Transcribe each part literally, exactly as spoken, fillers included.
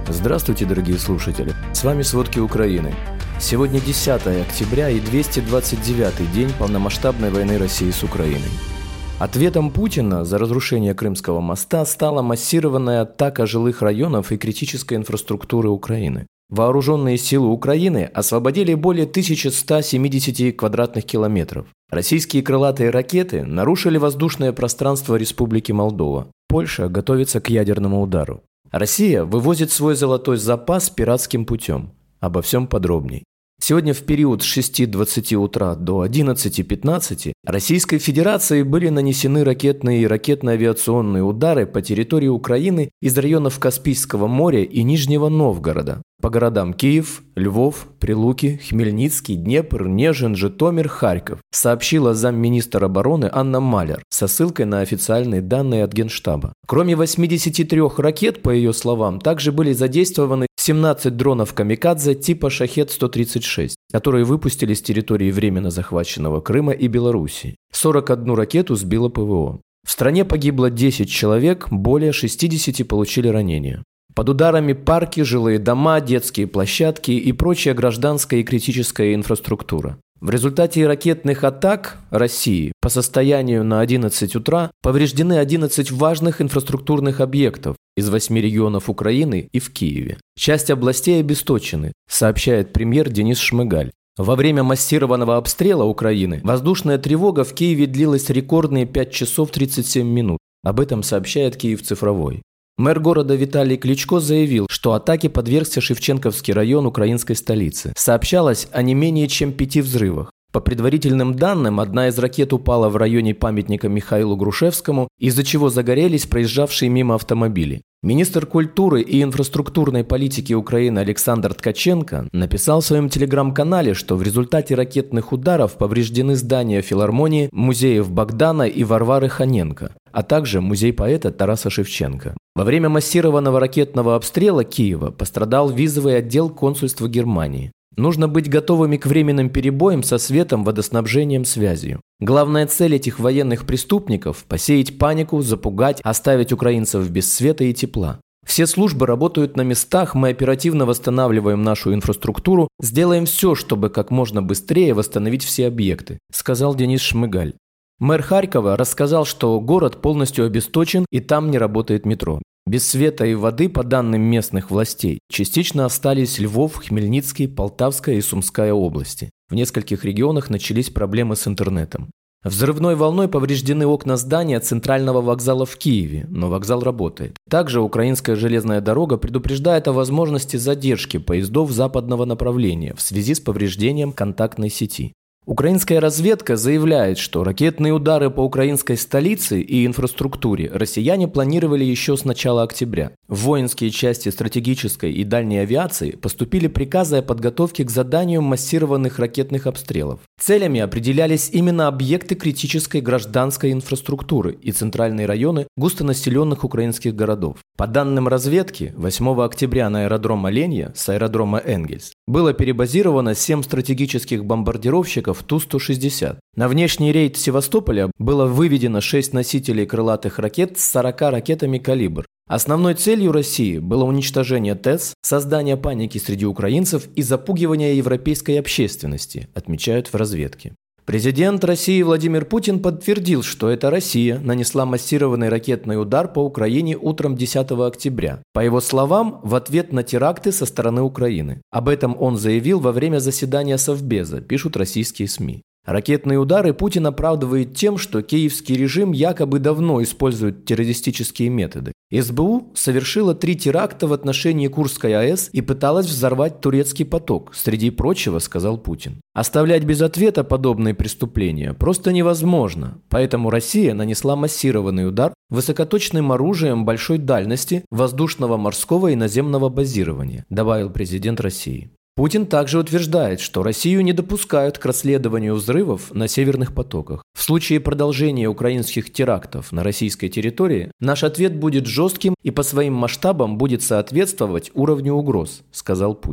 Здравствуйте, дорогие слушатели! С вами «Сводки Украины». Сегодня десятое октября и двести двадцать девятый день полномасштабной войны России с Украиной. Ответом Путина за разрушение Крымского моста стала массированная атака жилых районов и критической инфраструктуры Украины. Вооруженные силы Украины освободили более тысячи ста семидесяти квадратных километров. Российские крылатые ракеты нарушили воздушное пространство Республики Молдова. Польша готовится к ядерному удару. Россия вывозит свой золотой запас пиратским путем. Обо всем подробней. Сегодня в период с шести двадцати утра до одиннадцати пятнадцати Российской Федерации были нанесены ракетные и ракетно-авиационные удары по территории Украины из районов Каспийского моря и Нижнего Новгорода. По городам Киев, Львов, Прилуки, Хмельницкий, Днепр, Нежин, Житомир, Харьков, сообщила замминистра обороны Анна Маляр со ссылкой на официальные данные от Генштаба. Кроме восьмидесяти трёх ракет, по ее словам, также были задействованы семнадцать дронов «Камикадзе» типа «Шахед сто тридцать шесть», которые выпустили с территории временно захваченного Крыма и Белоруссии. сорок одну ракету сбило ПВО. В стране погибло десять человек, более шестидесяти получили ранения. Под ударами парки, жилые дома, детские площадки и прочая гражданская и критическая инфраструктура. В результате ракетных атак России по состоянию на одиннадцать утра повреждены одиннадцать важных инфраструктурных объектов из восьми регионов Украины и в Киеве. Часть областей обесточены, сообщает премьер Денис Шмыгаль. Во время массированного обстрела Украины воздушная тревога в Киеве длилась рекордные пять часов тридцать семь минут. Об этом сообщает Киев Цифровой. Мэр города Виталий Кличко заявил, что атаке подвергся Шевченковский район украинской столицы. Сообщалось о не менее чем пяти взрывах. По предварительным данным, одна из ракет упала в районе памятника Михаилу Грушевскому, из-за чего загорелись проезжавшие мимо автомобили. Министр культуры и инфраструктурной политики Украины Александр Ткаченко написал в своем телеграм-канале, что в результате ракетных ударов повреждены здания филармонии, музеев Богдана и Варвары Ханенко, а также музей поэта Тараса Шевченко. Во время массированного ракетного обстрела Киева пострадал визовый отдел консульства Германии. Нужно быть готовыми к временным перебоям со светом, водоснабжением, связью. Главная цель этих военных преступников – посеять панику, запугать, оставить украинцев без света и тепла. Все службы работают на местах, мы оперативно восстанавливаем нашу инфраструктуру, сделаем все, чтобы как можно быстрее восстановить все объекты, сказал Денис Шмыгаль. Мэр Харькова рассказал, что город полностью обесточен и там не работает метро. Без света и воды, по данным местных властей, частично остались Львов, Хмельницкий, Полтавская и Сумская области. В нескольких регионах начались проблемы с интернетом. Взрывной волной повреждены окна здания центрального вокзала в Киеве, но вокзал работает. Также украинская железная дорога предупреждает о возможности задержки поездов западного направления в связи с повреждением контактной сети. Украинская разведка заявляет, что ракетные удары по украинской столице и инфраструктуре россияне планировали еще с начала октября. В воинские части стратегической и дальней авиации поступили приказы о подготовке к заданию массированных ракетных обстрелов. Целями определялись именно объекты критической гражданской инфраструктуры и центральные районы густонаселенных украинских городов. По данным разведки, восьмого октября на аэродром Оленья с аэродрома Энгельс было перебазировано семь стратегических бомбардировщиков Ту сто шестьдесят. На внешний рейд Севастополя было выведено шесть носителей крылатых ракет с сорока ракетами «Калибр». Основной целью России было уничтожение ТЭЦ, создание паники среди украинцев и запугивание европейской общественности, отмечают в разведке. Президент России Владимир Путин подтвердил, что это Россия нанесла массированный ракетный удар по Украине утром десятого октября. По его словам, в ответ на теракты со стороны Украины. Об этом он заявил во время заседания Совбеза, пишут российские СМИ. Ракетные удары Путин оправдывает тем, что киевский режим якобы давно использует террористические методы. СБУ совершила три теракта в отношении Курской АЭС и пыталась взорвать турецкий поток, среди прочего, сказал Путин. Оставлять без ответа подобные преступления просто невозможно, поэтому Россия нанесла массированный удар высокоточным оружием большой дальности воздушного, морского и наземного базирования, добавил президент России. Путин также утверждает, что Россию не допускают к расследованию взрывов на северных потоках. В случае продолжения украинских терактов на российской территории наш ответ будет жестким и по своим масштабам будет соответствовать уровню угроз, сказал Путин.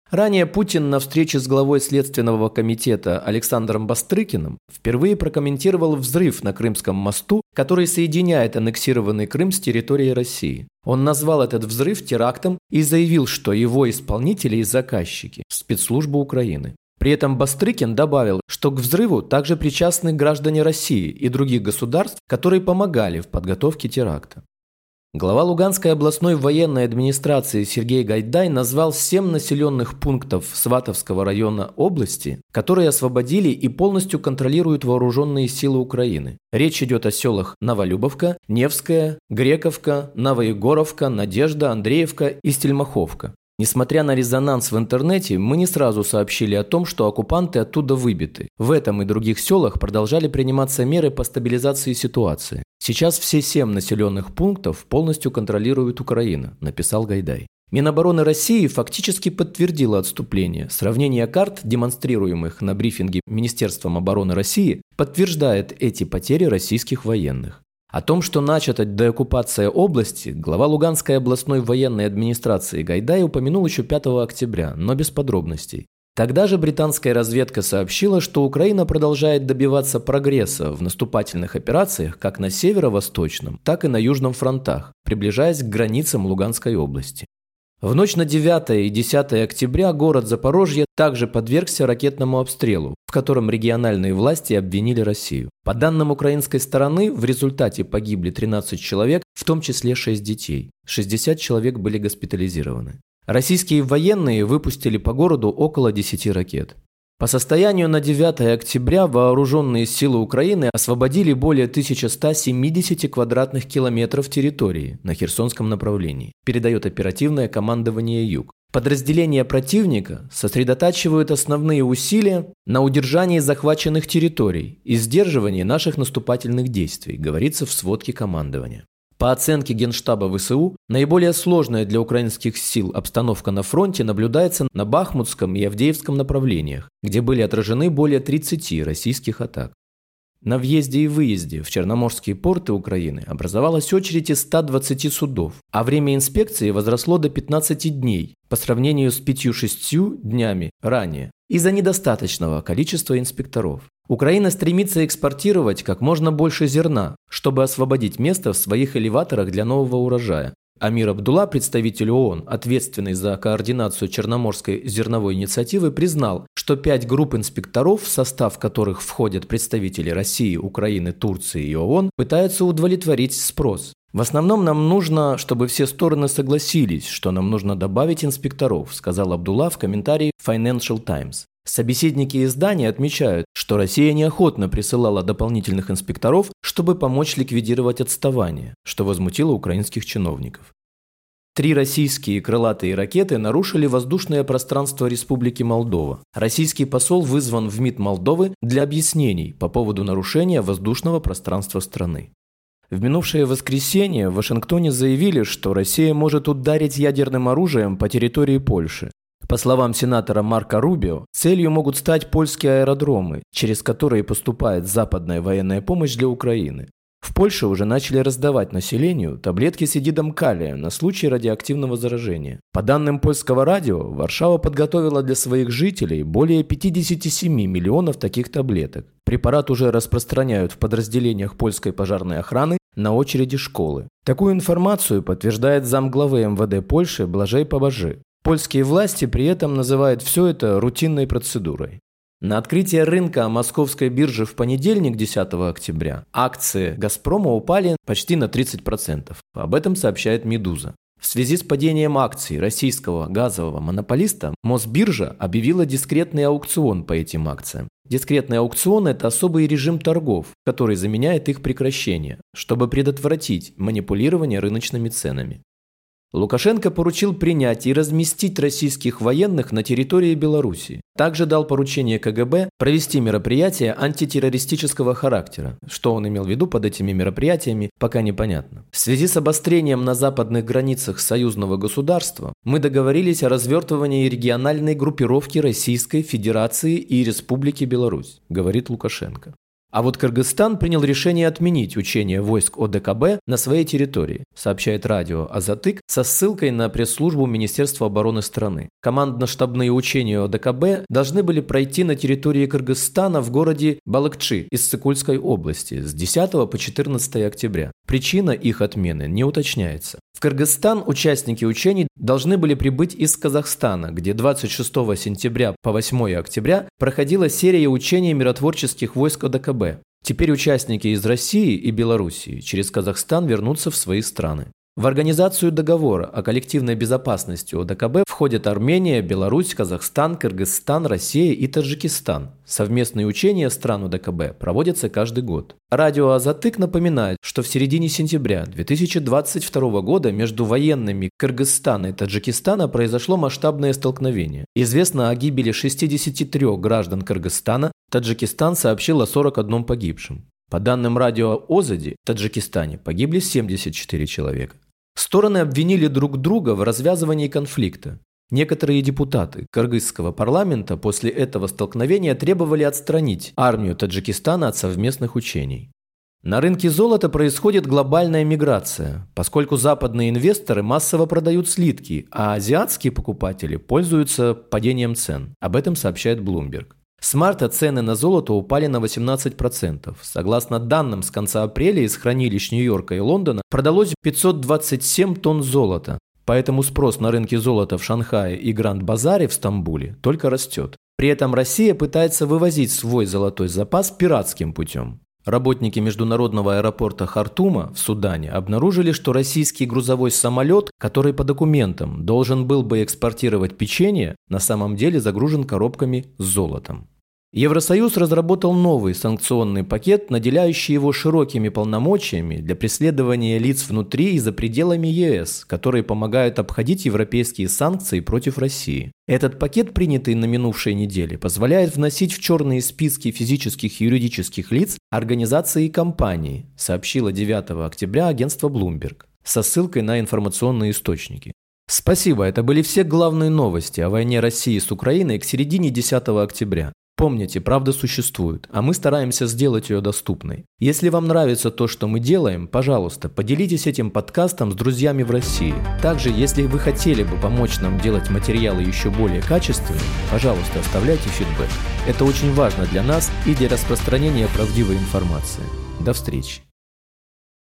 Ранее Путин на встрече с главой Следственного комитета Александром Бастрыкиным впервые прокомментировал взрыв на Крымском мосту, который соединяет аннексированный Крым с территорией России. Он назвал этот взрыв терактом и заявил, что его исполнители и заказчики – спецслужбы Украины. При этом Бастрыкин добавил, что к взрыву также причастны граждане России и других государств, которые помогали в подготовке теракта. Глава Луганской областной военной администрации Сергей Гайдай назвал семь населенных пунктов Сватовского района области, которые освободили и полностью контролируют вооруженные силы Украины. Речь идет о селах Новолюбовка, Невская, Грековка, Новоегоровка, Надежда, Андреевка и Стельмаховка. Несмотря на резонанс в интернете, мы не сразу сообщили о том, что оккупанты оттуда выбиты. В этом и других селах продолжали приниматься меры по стабилизации ситуации. Сейчас все семь населенных пунктов полностью контролирует Украина, написал Гайдай. Минобороны России фактически подтвердило отступление. Сравнение карт, демонстрируемых на брифинге Министерством обороны России, подтверждает эти потери российских военных. О том, что начата деоккупация области, глава Луганской областной военной администрации Гайдай упомянул еще пятого октября, но без подробностей. Тогда же британская разведка сообщила, что Украина продолжает добиваться прогресса в наступательных операциях как на северо-восточном, так и на южном фронтах, приближаясь к границам Луганской области. В ночь на девятое и десятое октября город Запорожье также подвергся ракетному обстрелу, в котором региональные власти обвинили Россию. По данным украинской стороны, в результате погибли тринадцать человек, в том числе шесть детей. шестьдесят человек были госпитализированы. Российские военные выпустили по городу около десяти ракет. По состоянию на девятое октября вооруженные силы Украины освободили более тысячи ста семидесяти квадратных километров территории на Херсонском направлении, передает оперативное командование Юг. Подразделения противника сосредотачивают основные усилия на удержании захваченных территорий и сдерживании наших наступательных действий, говорится в сводке командования. По оценке Генштаба ВСУ, наиболее сложная для украинских сил обстановка на фронте наблюдается на Бахмутском и Авдеевском направлениях, где были отражены более тридцати российских атак. На въезде и выезде в Черноморские порты Украины образовалась очередь из ста двадцати судов, а время инспекции возросло до пятнадцати дней по сравнению с пятью-шестью днями ранее из-за недостаточного количества инспекторов. Украина стремится экспортировать как можно больше зерна, чтобы освободить место в своих элеваторах для нового урожая. Амир Абдулла, представитель ООН, ответственный за координацию Черноморской зерновой инициативы, признал, что пять групп инспекторов, в состав которых входят представители России, Украины, Турции и ООН, пытаются удовлетворить спрос. В основном нам нужно, чтобы все стороны согласились, что нам нужно добавить инспекторов, сказал Абдулла в комментарии Financial Times. Собеседники издания отмечают, что Россия неохотно присылала дополнительных инспекторов, чтобы помочь ликвидировать отставание, что возмутило украинских чиновников. Три российские крылатые ракеты нарушили воздушное пространство Республики Молдова. Российский посол вызван в МИД Молдовы для объяснений по поводу нарушения воздушного пространства страны. В минувшее воскресенье в Вашингтоне заявили, что Россия может ударить ядерным оружием по территории Польши. По словам сенатора Марко Рубио, целью могут стать польские аэродромы, через которые поступает западная военная помощь для Украины. В Польше уже начали раздавать населению таблетки с йодидом калия на случай радиоактивного заражения. По данным польского радио, Варшава подготовила для своих жителей более пятидесяти семи миллионов таких таблеток. Препарат уже распространяют в подразделениях польской пожарной охраны на очереди школы. Такую информацию подтверждает замглавы эм вэ дэ Польши Блажей Побожи. Польские власти при этом называют все это рутинной процедурой. На открытие рынка московской биржи в понедельник, десятого октября, акции «Газпрома» упали почти на тридцать процентов. Об этом сообщает «Медуза». В связи с падением акций российского газового монополиста Мосбиржа объявила дискретный аукцион по этим акциям. Дискретный аукцион – это особый режим торгов, который заменяет их прекращение, чтобы предотвратить манипулирование рыночными ценами. Лукашенко поручил принять и разместить российских военных на территории Белоруссии. Также дал поручение ка гэ бэ провести мероприятия антитеррористического характера. Что он имел в виду под этими мероприятиями, пока непонятно. В связи с обострением на западных границах союзного государства мы договорились о развертывании региональной группировки Российской Федерации и Республики Беларусь, говорит Лукашенко. А вот Кыргызстан принял решение отменить учения войск О Дэ Ка Бэ на своей территории, сообщает радио Азатык со ссылкой на пресс-службу Министерства обороны страны. Командно-штабные учения О Дэ Ка Бэ должны были пройти на территории Кыргызстана в городе Балыкчы Иссыкульской области с десятого по четырнадцатое октября. Причина их отмены не уточняется. В Кыргызстан участники учений должны были прибыть из Казахстана, где двадцать шестого сентября по восьмое октября проходила серия учений миротворческих войск О Дэ Ка Бэ. Теперь участники из России и Белоруссии через Казахстан вернутся в свои страны. В организацию договора о коллективной безопасности О Дэ Ка Бэ входят Армения, Беларусь, Казахстан, Кыргызстан, Россия и Таджикистан. Совместные учения стран О Дэ Ка Бэ проводятся каждый год. Радио Азатык напоминает, что в середине сентября две тысячи двадцать второго года между военными Кыргызстана и Таджикистана произошло масштабное столкновение. Известно о гибели шестидесяти трёх граждан Кыргызстана, Таджикистан сообщил о сорока одном погибшем. По данным радио Озади, в Таджикистане погибли семьдесят четыре человека. Стороны обвинили друг друга в развязывании конфликта. Некоторые депутаты кыргызского парламента после этого столкновения требовали отстранить армию Таджикистана от совместных учений. На рынке золота происходит глобальная миграция, поскольку западные инвесторы массово продают слитки, а азиатские покупатели пользуются падением цен. Об этом сообщает Bloomberg. С марта цены на золото упали на восемнадцать процентов. Согласно данным, с конца апреля из хранилищ Нью-Йорка и Лондона продалось пятьсот двадцать семь тонн золота. Поэтому спрос на рынке золота в Шанхае и Гранд-Базаре в Стамбуле только растет. При этом Россия пытается вывозить свой золотой запас пиратским путем. Работники международного аэропорта Хартума в Судане обнаружили, что российский грузовой самолет, который по документам должен был бы экспортировать печенье, на самом деле загружен коробками с золотом. Евросоюз разработал новый санкционный пакет, наделяющий его широкими полномочиями для преследования лиц внутри и за пределами Е Эс, которые помогают обходить европейские санкции против России. Этот пакет, принятый на минувшей неделе, позволяет вносить в черные списки физических и юридических лиц организации и компании, сообщило девятого октября агентство Bloomberg со ссылкой на информационные источники. Спасибо, это были все главные новости о войне России с Украиной к середине десятого октября. Помните, правда существует, а мы стараемся сделать ее доступной. Если вам нравится то, что мы делаем, пожалуйста, поделитесь этим подкастом с друзьями в России. Также, если вы хотели бы помочь нам делать материалы еще более качественными, пожалуйста, оставляйте фидбэк. Это очень важно для нас и для распространения правдивой информации. До встречи.